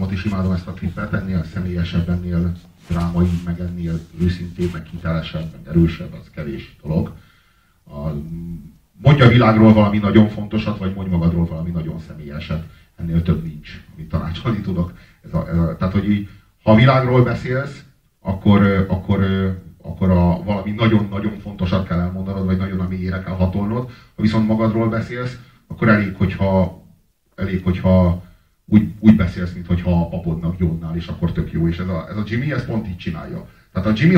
számot is imádom, ezt a klippet, ennél személyesebb, ennél drámai, meg ennél őszintébb, meg hitelesebb, meg erősebb, az kevés dolog. Mondj a világról valami nagyon fontosat, vagy mondj magadról valami nagyon személyeset. Ennél több nincs, amit tanácsolni tudok. Tehát, hogy így, ha a világról beszélsz, akkor valami nagyon-nagyon fontosat kell elmondanod, vagy nagyon a mélyére kell hatolnod. Ha viszont magadról beszélsz, akkor elég, hogyha úgy beszélsz, mintha a apodnak Johnnál, és akkor tök jó. És ez a Jimmy, ez pont így csinálja. Tehát a Jimmy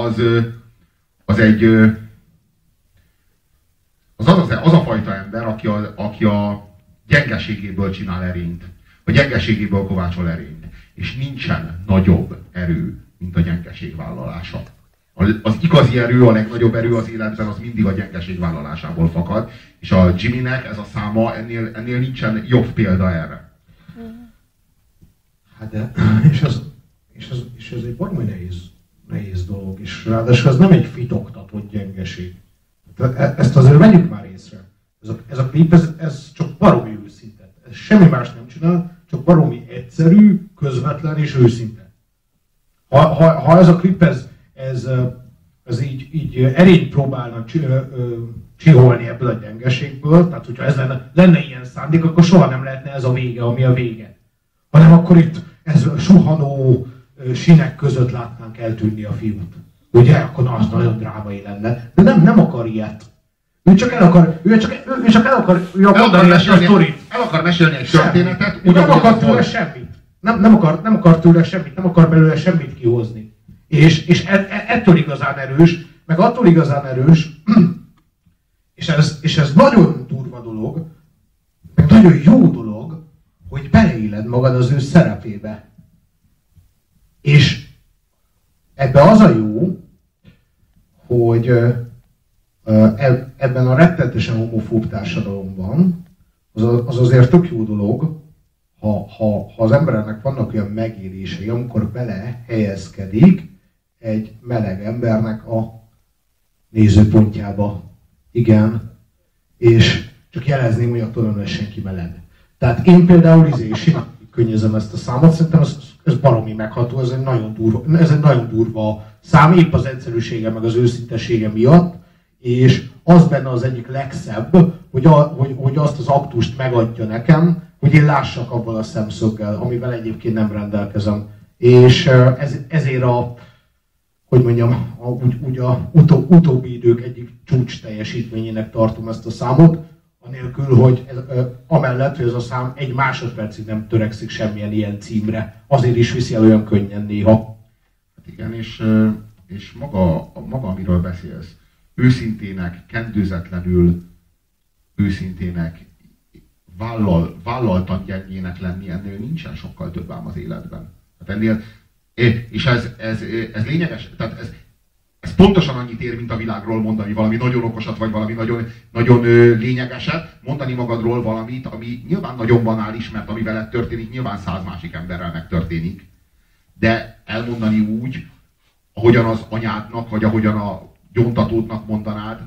az a fajta ember, aki a gyengeségéből csinál erényt. A gyengeségéből kovácsol erényt. És nincsen nagyobb erő, mint a gyengeség vállalása. Az igazi erő, a legnagyobb erő az életben, az mindig a gyengeség vállalásából fakad. És a Jimmynek ez a száma, ennél nincsen jobb példa erre. Hát de, és ez egy baromi nehéz dolog, és ráadásul ez nem egy fitoktatott gyengeség. Ezt azért vegyük már észre. Ez a klip, ez csak baromi őszinte. Ez semmi más nem csinál, csak baromi egyszerű, közvetlen és őszinte. Ha ez a klip, ez így erényt próbálna csiholni ebből a gyengeségből, tehát hogyha ez lenne ilyen szándék, akkor soha nem lehetne ez a vége, ami a vége. Hanem akkor itt ez suhanó sinek között látnánk eltűnni a fiút. Ugye? Akkor az nagyon drámai lenne. De nem akar ilyet. Ő csak el akar mondani ezt a sztorit. El akar mesélni egy történetet. Nem akar tőle semmit. Nem akar tőle semmit, nem akar belőle semmit kihozni. És ettől igazán erős, meg attól igazán erős, és ez nagyon durva dolog, meg nagyon jó dolog, hogy beleéled magad az ő szerepébe. És ebbe az a jó, hogy ebben a rettenetesen homofób társadalomban az azért tök jó dolog, ha az embernek vannak olyan megélései, amikor bele helyezkedik egy meleg embernek a nézőpontjába. Igen. És csak jelezném, hogy attól nem lesz senki meleg. Tehát én például könnyezem ezt a számot, szerintem ez baromi megható, ez egy nagyon durva szám, épp az egyszerűsége meg az őszintesége miatt, és az benne az egyik legszebb, hogy azt az aktust megadja nekem, hogy én lássak abban a szemszöggel, amivel egyébként nem rendelkezem. És ezért utóbbi idők egyik csúcs teljesítményének tartom ezt a számot, anélkül, hogy amellett, hogy ez a szám egy másodpercig nem törekszik semmilyen ilyen címre. Azért is viszi el olyan könnyen néha. Hát igen, és maga, amiről beszélsz, őszintének, kendőzetlenül őszintének, vállaltan gyengének lenni, ennél nincsen sokkal több ám az életben. Hát ennél, és ez lényeges, tehát ez pontosan annyit ér, mint a világról mondani valami nagyon okosat, vagy valami nagyon, nagyon lényegeset, mondani magadról valamit, ami nyilván nagyon banális, mert ami veled történik, nyilván 100 másik emberrel megtörténik. De elmondani úgy, ahogyan az anyádnak, vagy ahogyan a gyóntatódnak mondanád,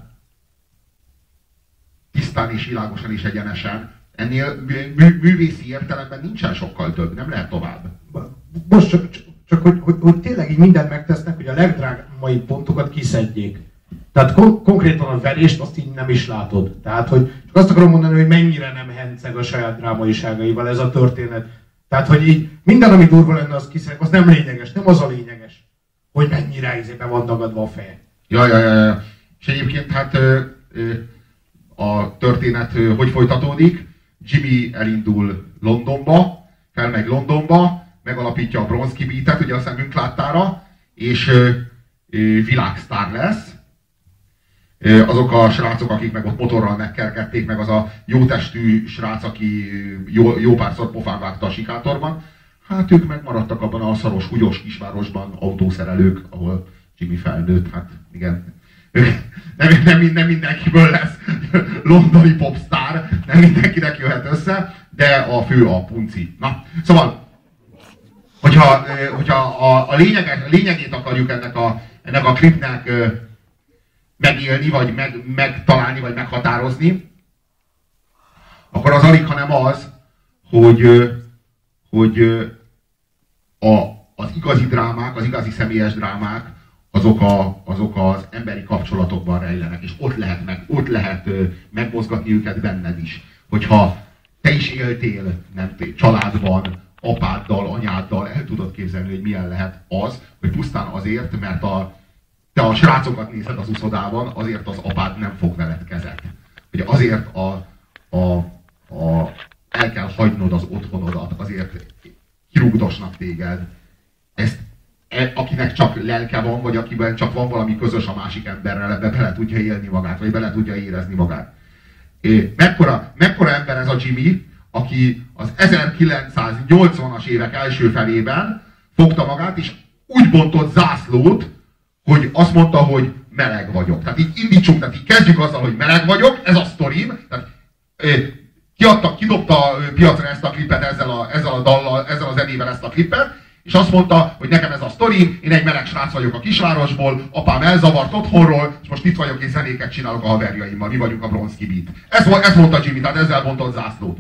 tisztán és világosan és egyenesen, ennél művészi értelemben nincsen sokkal több, nem lehet tovább. Most csak hogy tényleg így mindent megtesznek, hogy a legdrámai pontokat kiszedjék. Tehát konkrétan a verést azt így nem is látod. Tehát, hogy csak azt akarom mondani, hogy mennyire nem henceg a saját drámaiságaival ez a történet. Tehát, hogy így minden, ami durva lenne, az kiszednek, az nem lényeges, nem az a lényeges, hogy mennyire be van dagadva a feje. Ja. És egyébként hát a történet hogy folytatódik? Jimmy elindul Londonba, felmegy Londonba, megalapítja a Bronski Beatet, ugye a szemünk láttára, és világsztár lesz. Azok a srácok, akik meg ott motorral megkergették, meg az a jó testű srác, aki jó párszor pofán vágta a sikátorban, hát ők megmaradtak abban a szaros, húgyos kisvárosban, autószerelők, ahol Jimmy felnőtt, hát igen. Nem mindenkiből lesz londoni popstar, nem mindenkinek jöhet össze, de a fő a punci. Na, szóval, hogyha a lényegét akarjuk ennek a klipnek megélni, vagy megtalálni, vagy meghatározni, akkor az alig, hanem az, hogy az igazi drámák, az igazi személyes drámák, azok az emberi kapcsolatokban rejlenek, és ott lehet megmozgatni őket benned is. Hogyha te is éltél, nem családban, apáddal, anyáddal, el tudod képzelni, hogy milyen lehet az, hogy pusztán azért, mert te a srácokat nézed az uszodában, azért az apád nem fog veled kezet. Hogy azért el kell hagynod az otthonodat, azért kirúgdosnak téged. Ezt akinek csak lelke van, vagy akiben csak van valami közös a másik emberrel, ebbe bele tudja élni magát, vagy bele tudja érezni magát. Mekkora ember ez a Jimmy, aki az 1980-as évek első felében fogta magát, és úgy bontott zászlót, hogy azt mondta, hogy meleg vagyok. Tehát így indítsunk, tehát így kezdjük azzal, hogy meleg vagyok, ez a sztorim. Tehát, kidobta piacra ezt a klipet ezzel a dallal, ezzel a zenével ezt a klipet, és azt mondta, hogy nekem ez a sztori, én egy meleg srác vagyok a kisvárosból, apám elzavart otthonról, és most itt vagyok, és zenéket csinálok a haverjaimmal, mi vagyunk a Bronski Beat. Ezt mondta Jimmy, tehát ezzel bontott zászlót.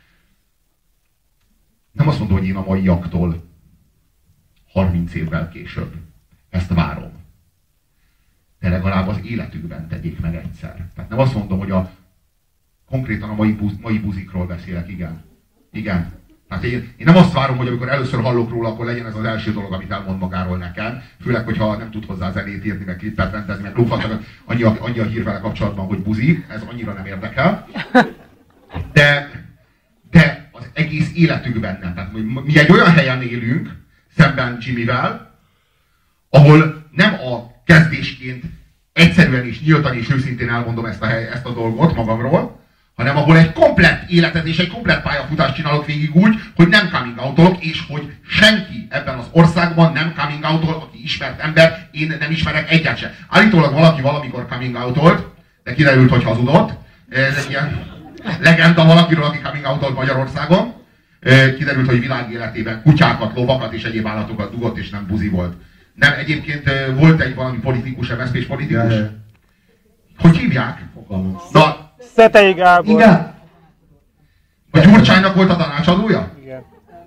Nem azt mondom, hogy én a maiaktól 30 évvel később ezt várom. De legalább az életükben tegyék meg egyszer. Tehát nem azt mondom, hogy konkrétan a mai buzikról beszélek, igen. Hát én nem azt várom, hogy amikor először hallok róla, akkor legyen ez az első dolog, amit elmond magáról nekem. Főleg, hogyha nem tud hozzá zenét írni, meg klippet rendezni, meg lófatnak, annyi a hír vele kapcsolatban, hogy buzi, ez annyira nem érdekel. De az egész életükben nem. Tehát mi egy olyan helyen élünk, szemben Jimmyvel, ahol nem a kezdésként egyszerűen és nyíltan és őszintén elmondom ezt a dolgot magamról, hanem ahol egy komplett életet és egy komplett pályafutást csinálok végig úgy, hogy nem coming out-olok, és hogy senki ebben az országban nem coming out-ol, aki ismert ember, én nem ismerek egyet sem. Állítólag valaki valamikor coming out-olt, de kiderült, hogy hazudott. Ez egy ilyen legenda valakiről, aki coming out-olt Magyarországon. Kiderült, hogy világéletében kutyákat, lovakat és egyéb állatokat dugott, és nem buzi volt. Nem, egyébként volt egy valami politikus, MSZP-s politikus. Hogy hívják? Na, Szetei Gábor. Igen. A Gyurcsánynak volt a tanácsadója? Igen.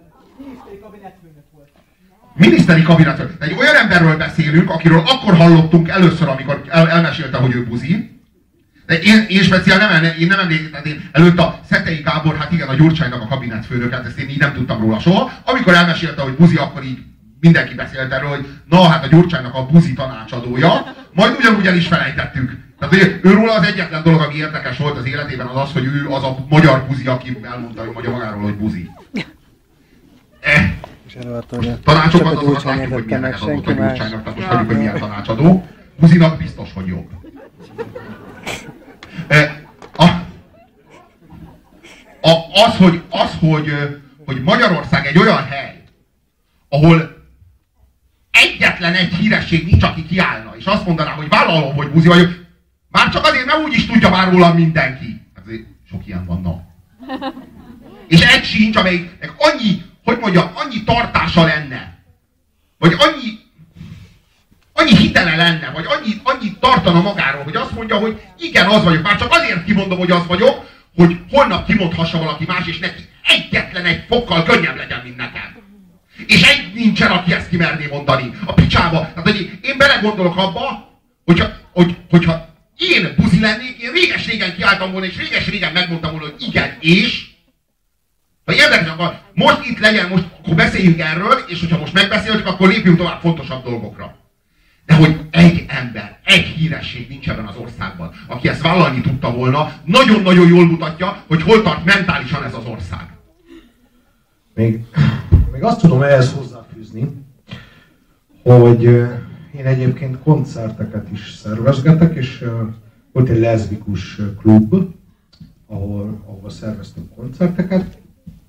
Miniszteri kabinetfőnök. Egy olyan emberről beszélünk, akiről akkor hallottunk először, amikor elmesélte, hogy ő buzi. De én speciál nem emlékszem, előtt a Szetei Gábor, hát igen, a Gyurcsánynak a kabinetfőnöket, ezt én így nem tudtam róla soha. Amikor elmesélte, hogy buzi, akkor így mindenki beszélt erről, hogy na hát a Gyurcsánynak a buzi tanácsadója, majd ugyanúgy el is felejtettük. Tehát őról az egyetlen dolog, ami érdekes volt az életében, az az, hogy ő az a magyar buzi, aki elmondta hogy magáról, hogy buzi. Tanácsokat azokat látjuk, hogy milyeneket adott a Gyurcsánynak, tehát most tudjuk, hogy milyen tanácsadó. Buzinak biztos, hogy jobb. Hogy Magyarország egy olyan hely, ahol egyetlen egy híresség nincs, aki kiállna, és azt mondaná, hogy vállalom, hogy buzi vagyok, már csak azért, mert úgy is tudja már rólam mindenki. Azért sok ilyen vannak. És egy sincs, amelyiknek annyi tartása lenne, vagy annyi hitele lenne, vagy annyi tartana magáról, hogy azt mondja, hogy igen, az vagyok. Már csak azért kimondom, hogy az vagyok, hogy holnap kimondhassa valaki más, és neki egyetlen egy fokkal könnyebb legyen, mint nekem. És egy nincsen, aki ezt kimerné mondani. A picsába. Tehát, hogy én belegondolok abba, hogyha én buzi lennék, én réges-régen kiálltam volna, és réges-régen megmondtam volna, hogy igen, és ha érdekes, akkor most itt legyen, most akkor beszéljünk erről, és hogyha most megbeszéltük, akkor lépjünk tovább fontosabb dolgokra. De hogy egy ember, egy híresség nincs ebben az országban, aki ezt vállalni tudta volna, nagyon-nagyon jól mutatja, hogy hol tart mentálisan ez az ország. Még azt tudom ehhez hozzáfűzni, hogy én egyébként koncerteket is szervezgetek, és volt egy leszbikus klub, ahol szerveztünk koncerteket,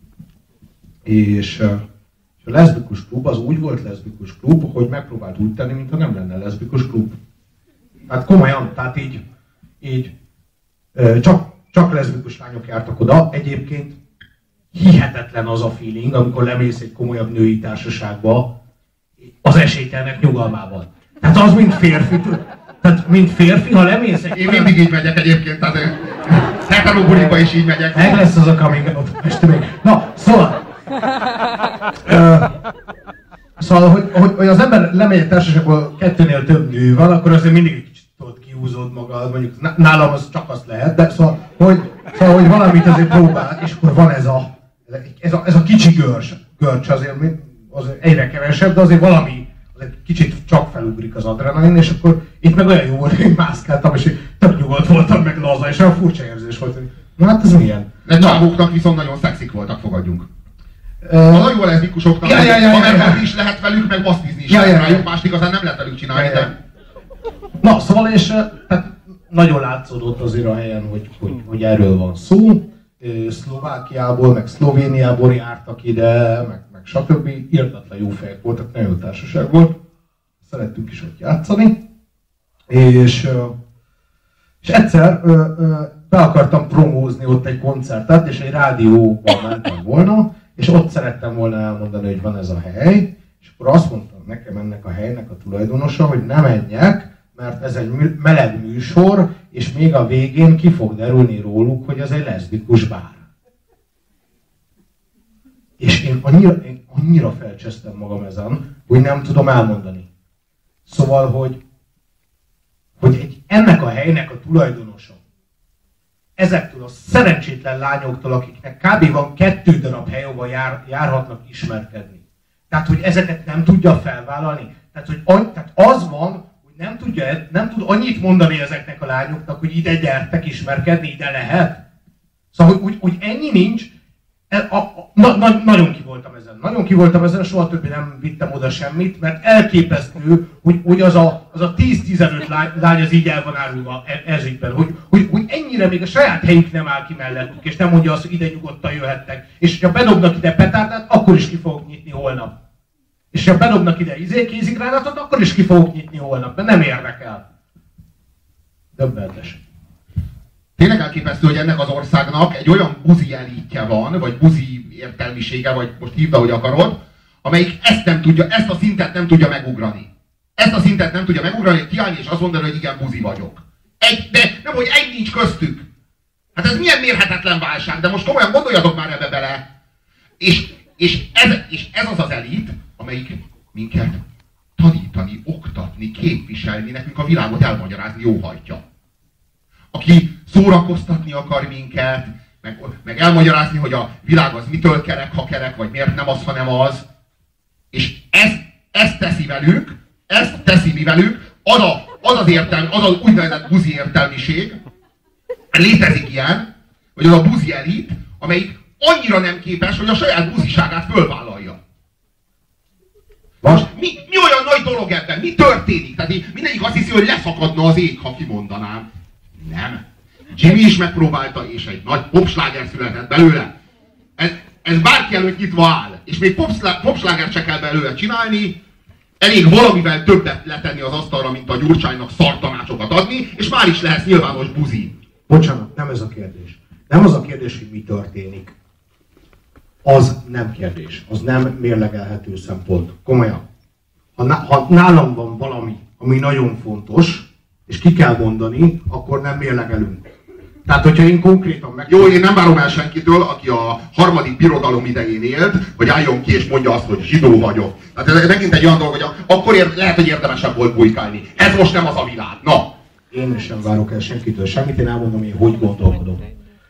és a leszbikus klub az úgy volt leszbikus klub, hogy megpróbált úgy tenni, mintha nem lenne leszbikus klub. Hát komolyan, tehát így csak leszbikus lányok jártak oda. Egyébként hihetetlen az a feeling, amikor lemész egy komolyabb női társaságba az esélytelnek nyugalmában. Tehát az mint férfi, ha lemész egy... Én mindig így megyek egyébként, tehát heterobuliba is így megyek. Meg lesz az a coming out. Na, szóval... Szóval, hogy az ember lemegy egy társaságból kettőnél több nő van, akkor azért mindig egy kicsit tudod kiúzod magad, mondjuk nálam az csak azt lehet, de szóval, hogy valamit azért próbál, és akkor van ez a kicsi görcs azért egyre kevesebb, de azért valami, azért kicsit csak felugrik az adrenalin, és akkor itt meg olyan jó volt, hogy mászkáltam, és tök nyugodt voltam, meg laza, és olyan furcsa érzés volt, hogy na hát ez milyen? De csávóknak viszont nagyon szexik voltak, fogadjunk. A nagyon leszbikusoknak, haverkodni is lehet velük, meg basztizni is lehet rájuk, mást igazán nem lehet velük csinálni, de... Na, szóval és hát nagyon látszódott azért a helyen, hogy erről van szó. Szlovákiából, meg Szlovéniából jártak ide, meg stb. Irdatlan jó fejek voltak, nagyon jó társaság volt. Szerettünk is ott játszani. És egyszer be akartam promózni ott egy koncertet, és egy rádióban mentem volna, és ott szerettem volna elmondani, hogy van ez a hely, és akkor azt mondtam nekem ennek a helynek a tulajdonosa, hogy ne menjek, mert ez egy meleg műsor, és még a végén ki fog derülni róluk, hogy ez egy leszbikus bár. És én annyira felcsesztem magam ezen, hogy nem tudom elmondani. Szóval, hogy ennek a helynek a tulajdonosa, ezektől a szerencsétlen lányoktól, akiknek kb. Van 2 darab hely, ahol járhatnak ismerkedni. Tehát, hogy ezeket nem tudja felvállalni. Tehát az van, hogy nem tud annyit mondani ezeknek a lányoknak, hogy ide gyertek ismerkedni, ide lehet. Szóval, hogy ennyi nincs. Nagyon ki voltam ezen, soha többé nem vittem oda semmit, mert elképesztő, hogy az a 10-15 lány az így el van árulva ezügyben, hogy ennyire még a saját helyük nem áll ki mellettük, és nem mondja azt, hogy ide nyugodtan jöhettek. És ha bedobnak ide petárdát, akkor is ki fogok nyitni holnap. És ha bedobnak ide kézigránátot, akkor is ki fogok nyitni holnap, mert nem érdekel. Döbbenetes. Tényleg elképesztő, hogy ennek az országnak egy olyan buzi elítje van, vagy buzi értelmisége, vagy most hívd, ahogy akarod, amelyik ezt a szintet nem tudja megugrani. Ezt a szintet nem tudja megugrani, hogy kiállni és azt mondani, hogy igen, buzi vagyok. De nem, hogy egy nincs köztük. Hát ez milyen mérhetetlen válság, de most komolyan gondoljatok már ebbe bele. És ez az az elit, amelyik minket tanítani, oktatni, képviselni, nekünk a világot elmagyarázni jóhajtja. Aki szórakoztatni akar minket, meg elmagyarázni, hogy a világ az mitől kerek, ha kerek, vagy miért nem az, hanem az. És ezt teszi mi velük, az az úgynevezett buzi értelmiség, létezik ilyen, hogy az a buzi elit, amelyik annyira nem képes, hogy a saját buziságát fölvállalja. Most mi olyan nagy dolog ebben? Mi történik? Tehát mindegyik azt hiszi, hogy leszakadna az ég, ha kimondanám. Nem. Jimmy is megpróbálta, és egy nagy popsláger született belőle. Ez bárki előtt nyitva áll. És még popslágert se kell belőle csinálni, elég valamivel többet letenni az asztalra, mint a Gyurcsánynak szartanácsokat adni, és már is lehetsz nyilvános buzi. Bocsánat, nem ez a kérdés. Nem az a kérdés, hogy mi történik. Az nem kérdés. Az nem mérlegelhető szempont. Komolyan. Ha nálam van valami, ami nagyon fontos, és ki kell mondani, akkor nem mérlegelünk. Tehát, hogyha én konkrétan Jó, én nem várom el senkitől, aki a harmadik birodalom idején élt, hogy álljon ki és mondja azt, hogy zsidó vagyok. Tehát ez megint egy olyan dolog, hogy akkor lehet, hogy érdemesebb volt bujkálni. Ez most nem az a világ. Na! Én sem várok el senkitől semmit, én elmondom, én hogy gondolkodom.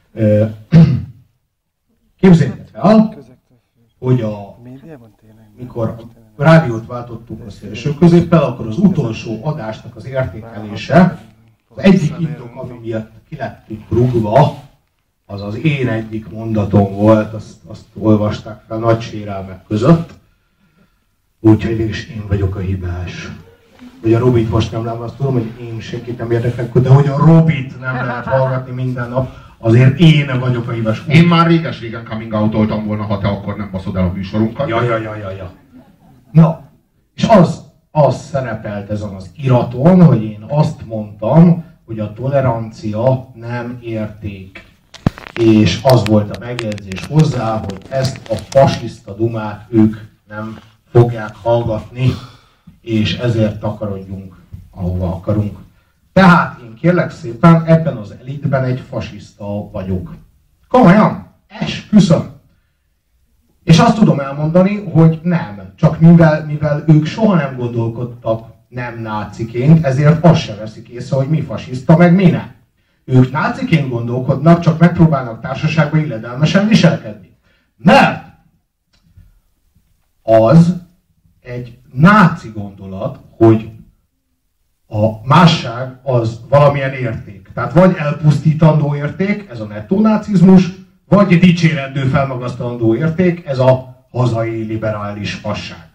Képzeljétek el, hogy mikor a rádiót váltottuk a szélső középpel, akkor az utolsó adásnak az értékelése, az egyik indok, ami miatt ki lettünk rúgva, az az én egyik mondatom volt, azt olvasták fel nagy sérelmek között. Úgyhogy mégis én vagyok a hibás. Hogy a Robit most nem lám, azt tudom, hogy én senkit nem érdekel, de hogy a Robit nem lehet hallgatni minden nap, azért én vagyok a hibás. Én már réges-régen coming out-oltam volna, ha te akkor nem baszod el a műsorunkat. Ja. Na, és az szerepelt ezen az iraton, hogy én azt mondtam, hogy a tolerancia nem érték. És az volt a megjegyzés hozzá, hogy ezt a fasiszta dumát ők nem fogják hallgatni, és ezért takarodjunk, ahova akarunk. Tehát én kérlek szépen, ebben az elitben egy fasiszta vagyok. Komolyan? Esküszöm. És azt tudom elmondani, hogy nem. Csak mivel ők soha nem gondolkodtak nem náciként, ezért azt se veszik észre, hogy mi fasiszta, meg mi nem. Ők náciként gondolkodnak, csak megpróbálnak társaságban illedelmesen viselkedni. Mert az egy náci gondolat, hogy a másság az valamilyen érték. Tehát vagy elpusztítandó érték, ez a nettó nácizmus, vagy dicsérendő, felmagasztandó érték, ez a hazai liberális fasság.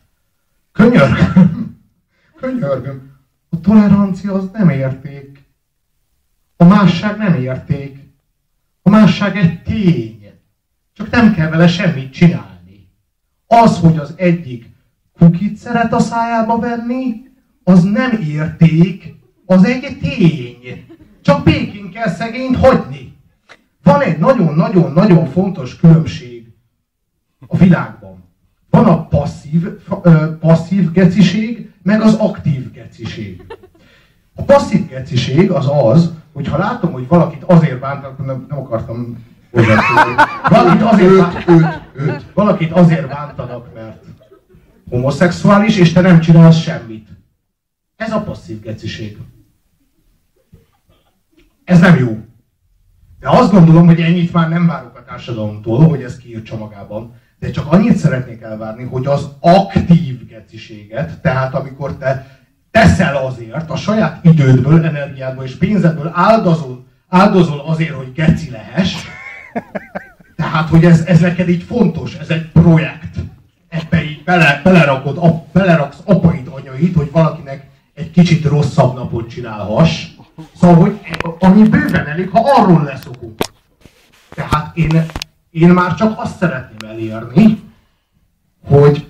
Könyörgöm, a tolerancia az nem érték. A másság nem érték. A másság egy tény. Csak nem kell vele semmit csinálni. Az, hogy az egyik kukit szeret a szájába venni, az nem érték, az egy tény. Csak békén kell szegényt hagyni. Van egy nagyon-nagyon-nagyon fontos különbség a világban. Van a passzív geciség, meg az aktív geciség. A passzív geciség az az, hogy ha látom, hogy valakit azért bántanak, nem akartam hozzászólni, valakit azért bántanak, mert homoszexuális, és te nem csinálsz semmit. Ez a passzív geciség. Ez nem jó. De azt gondolom, hogy ennyit már nem várok a társadalomtól, hogy ezt kiírtsa magában. De csak annyit szeretnék elvárni, hogy az aktív geciséget, tehát amikor te teszel azért, a saját idődből, energiádból és pénzedből áldozol azért, hogy geci lehess, tehát, hogy ez neked így fontos, ez egy projekt. Ebbe így beleraksz apait, anyait, hogy valakinek egy kicsit rosszabb napot csinálhass. Szóval, hogy annyi bőven elég, ha arról leszokunk. Tehát én már csak azt szeretném elérni, hogy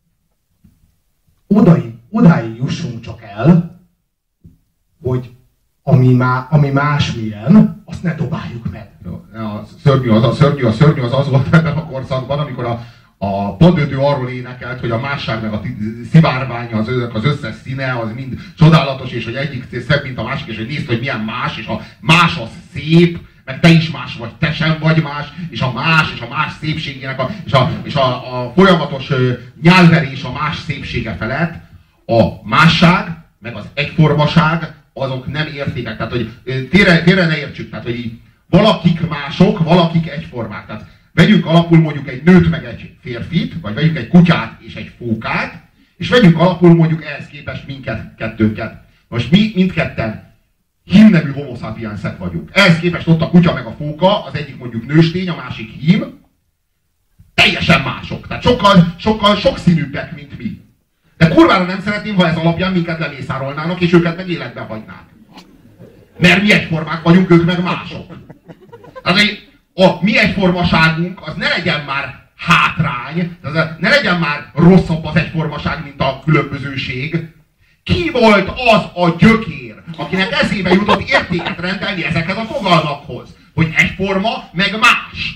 odáig jussunk csak el, hogy ami másmilyen, azt ne dobáljuk meg. A szörnyű az volt ebben a korszakban, amikor a padödő arról énekelt, hogy a másság meg a szivárvány, az összes színe, az mind csodálatos, és hogy egyik szebb, mint a másik, és hogy nézd, hogy milyen más, és a más az szép, meg te is más vagy, te sem vagy más, és a más szépségének, és a folyamatos nyálverés a más szépsége felett, a másság, meg az egyformaság, azok nem értékek. Tehát, hogy tényleg ne értsük, tehát, hogy így, valakik mások, valakik egyformák. Tehát vegyünk alapul mondjuk egy nőt meg egy férfit, vagy vegyünk egy kutyát és egy fókát, és vegyünk alapul mondjuk ehhez képest kettőnket. Most mi mindketten hímnemű homo sapiensek vagyunk. Ehhez képest ott a kutya meg a fóka, az egyik mondjuk nőstény, a másik hím, teljesen mások. Tehát sokkal sokszínűbbek, mint mi. De kurvára nem szeretném, ha ez alapján minket lemészárolnának, és őket meg életbe hagynák. Mert mi egyformák vagyunk, ők meg mások. Tehát a mi egyformaságunk az ne legyen már hátrány, ne legyen már rosszabb az egyformaság, mint a különbözőség. Ki volt az a gyökér, akinek eszébe jutott értéket rendelni ezekhez a fogalmakhoz, hogy egyforma, meg más?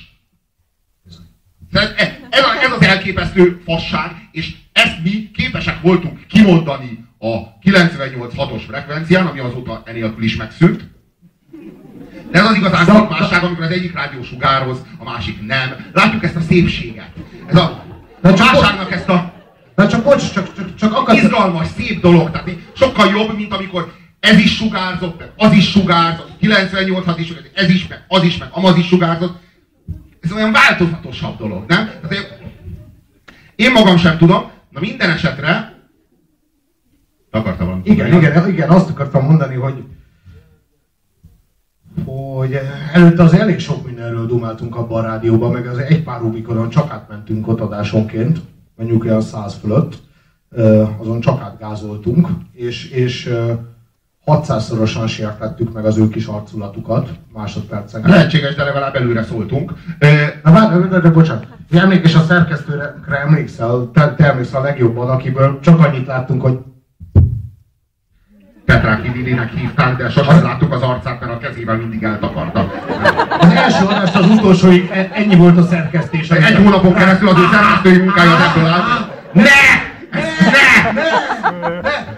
Ez az elképesztő fasság, és ezt mi képesek voltunk kimondani a 98.6-os frekvencián, ami azóta enélkül is megszűnt. De ez az igazán nagy másság, amikor az egyik rádió sugároz, a másik nem. Látjuk ezt a szépséget. Ez a másságnak ezt a izgalmas, szép dolog. Tehát sokkal jobb, mint amikor ez is sugárzott, meg az is sugárzott, 98.6 is, ez is, meg az is, meg amaz is sugárzott. Ez olyan változatosabb dolog, nem? Tehát én magam sem tudom, na minden esetre... Akartam valamit mondani. Igen, azt akartam mondani, hogy előtte az elég sok mindenről dumáltunk abban a rádióban, meg az egy pár Rubikonon csak átmentünk ott adásonként, mondjuk olyan 100 fölött, azon csak átgázoltunk, és 600-szorosan sértettük meg az ő kis arculatukat másodpercenként. Lehetséges, de legalább előre szóltunk. De bocsánat, emlékes a szerkesztőre emlékszel, te emlékszel a legjobban, akiből csak annyit láttunk, hogy Petráki Lilinek hívták, de sosem láttuk az arcát, mert a kezével mindig eltakarta. Az első adás az utolsóig ennyi volt a szerkesztés. Egy hónapon keresztül az ő szerkesztői munkája ebből állt.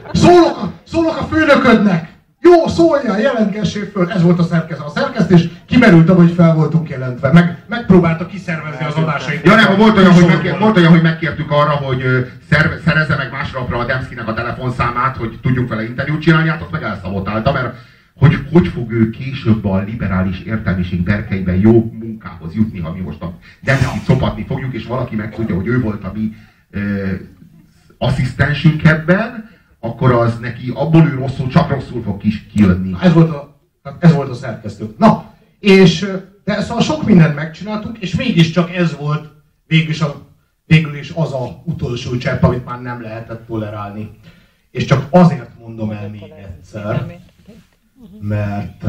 Szólok a főnöködnek! Jó, szóljál, jelentgessél föl! Ez volt a szerkesztés. kimerült, hogy fel voltunk jelentve. Megpróbálta kiszervezni az adásait. Ja nem, volt olyan, hogy megkértük arra, hogy szerezze meg másnapra a Demszkinek a telefonszámát, hogy tudjunk vele interjút csinálni, hát azt meg elszabotálta, mert hogy fog ő később a liberális értelmiség berkeiben jó munkához jutni, ha mi most a Demszkit szopatni fogjuk, és valaki megtudja, hogy ő volt a mi asszisztensünk ebben, akkor az neki abból ő csak rosszul fog kijönni. Ez volt a szerkesztő. Na, de szóval sok mindent megcsináltunk, és mégiscsak ez volt végül is az a utolsó csepp, amit már nem lehetett tolerálni. És csak azért mondom el még egyszer, mert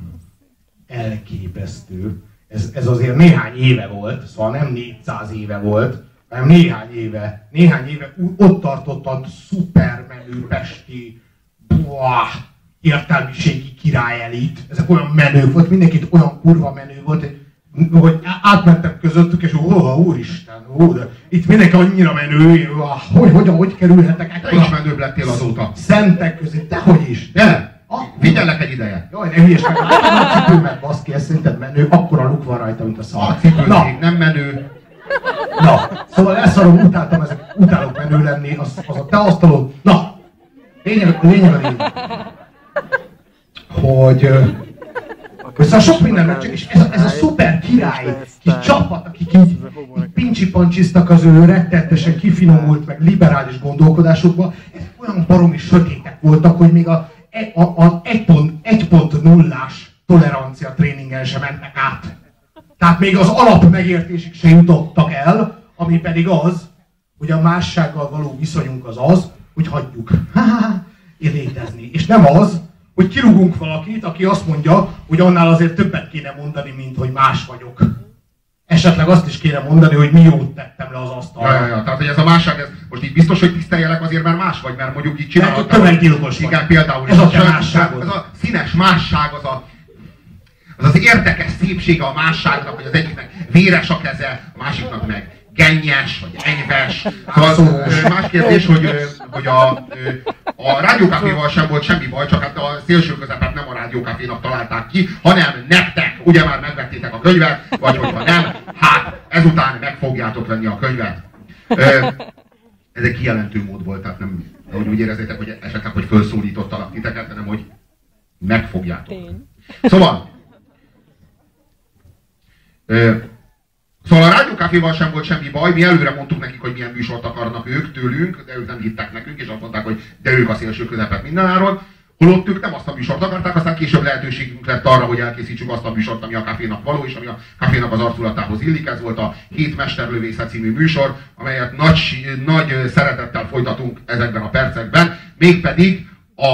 elképesztő. Ez azért néhány éve volt, szóval nem 400 éve volt, hanem néhány éve ott tartott a szupermenő pesti értelmiségi királyelit. Ezek olyan menők volt, mindenkit olyan kurva menő volt, hogy átmentem közöttük, és úristen, de itt mindenki annyira menő, hogy kerülhetek ekkora... Te is menőbb lettél azóta. Szentek közé, dehogy is, de... Vigyellek egy ideje. Jaj, ne hülyes meg, a cipőmet baszki, ez szerinted menő, akkora luk van rajta, mint a szar. A cipőzég nem menő. Na, szóval elszarom, utálok menő lenni, az a te asztalod. Na, lényeg hogy szóval sok minden megcsak, és ez a szuper király kis csapat, akik így pincsi-pancsiztak az ő rettenetesen kifinomult, meg liberális gondolkodásukba, ezek olyan baromi sötétek voltak, hogy még a 1.0-ás tolerancia tréningen sem mentek át. Tehát még az alap megértésig se jutottak el, ami pedig az, hogy a mássággal való viszonyunk az, hogy hagyjuk létezni. És nem az, hogy kirúgunk valakit, aki azt mondja, hogy annál azért többet kéne mondani, mint hogy más vagyok. Esetleg azt is kéne mondani, hogy mi jót tettem le az asztalra. Ja. Tehát, hogy ez a másság, ez most így biztos, hogy tiszteljelek azért, mert más vagy, mert mondjuk így csinálod. Tömeggyilkos vagy. Igen, például. Ez a te másságod. Ez a színes másság, az érdekes szépsége a másságnak, hogy az egyiknek véres a keze, a másiknak meg gennyes, vagy enyves. Szóval más kérdés, hogy a rádiókaféval sem volt semmi baj, csak hát a szélső közepet nem a rádiókafénak találták ki, hanem nektek. Ugye már megvettétek a könyvet, vagy hogyha nem, hát ezután meg fogjátok venni a könyvet. Ez egy kijelentő mód volt, tehát nem, hogy úgy érezzétek, hogy esetleg, hogy felszólítottalak titeket, hanem hogy megfogjátok. Szóval a rádiókaféval sem volt semmi baj, mi előre mondtuk nekik, hogy milyen műsort akarnak ők tőlünk, de ők nem hittek nekünk, és azt mondták, hogy de ők a szélső közepet mindenáron. Holott ők nem azt a műsort akarták, aztán később lehetőségünk lett arra, hogy elkészítsük azt a műsort, ami a kafénak való, és ami a kafénak az arculatához illik. Ez volt a 7 mesterlövésze című műsor, amelyet nagy szeretettel folytatunk ezekben a percekben, mégpedig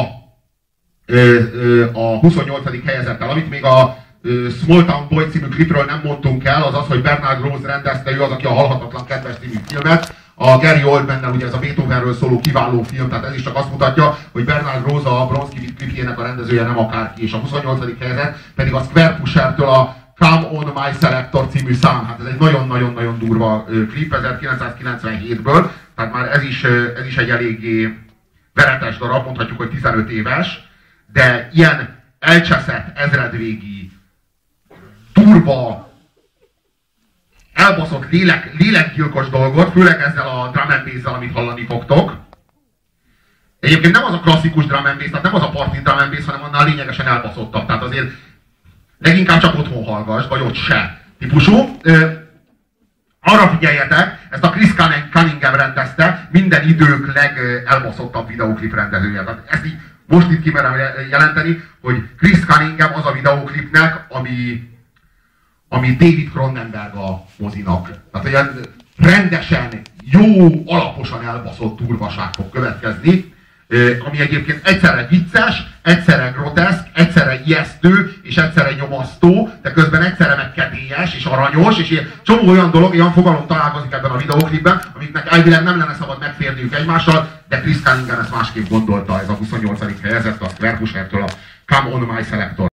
a 28. helyezettel, amit még a Small Town Boy című klipről nem mondtunk el, az az, hogy Bernard Rose rendezte, ő az, aki a Halhatatlan Kedves című filmet. A Gary Oldmannel, ugye ez a Beethovenről szóló kiváló film, tehát ez is csak azt mutatja, hogy Bernard Rose a Bronski klipjének a rendezője nem akárki, és a 28. helyezett pedig a Square Pusher-től a Come On My Selector című szám. Hát ez egy nagyon-nagyon-nagyon durva klip 1997-ből, tehát már ez is egy eléggé veretes darab, mondhatjuk, hogy 15 éves, de ilyen elcseszett, ezredvégi, turba, elbaszott lélekgyilkos dolgot, főleg ezzel a drum and bass-zal, amit hallani fogtok. Egyébként nem az a klasszikus drum and bass, tehát nem az a party drum and bass, hanem annál lényegesen elbaszottabb. Tehát azért leginkább csak otthon hallgass, vagy ott se típusú. Arra figyeljetek, ezt a Chris Cunningham rendezte, minden idők legelbaszottabb videóklip rendezője. Tehát ezt így most itt kimerem jelenteni, hogy Chris Cunningham az a videóklipnek, ami David Cronenberg a mozinak. Tehát olyan rendesen, jó, alaposan elbaszott durvaság fog következni, ami egyébként egyszerre vicces, egyszerre groteszk, egyszerre ijesztő, és egyszerre nyomasztó, de közben egyszerre meg kedélyes, és aranyos, és csomó olyan dolog, olyan fogalom találkozik ebben a videóklipben, amiknek elvileg nem lenne szabad megférniük egymással, de Chris Cunningham ezt másképp gondolta, ez a 28. helyezett a Square Pusher-től a Come On My Selector.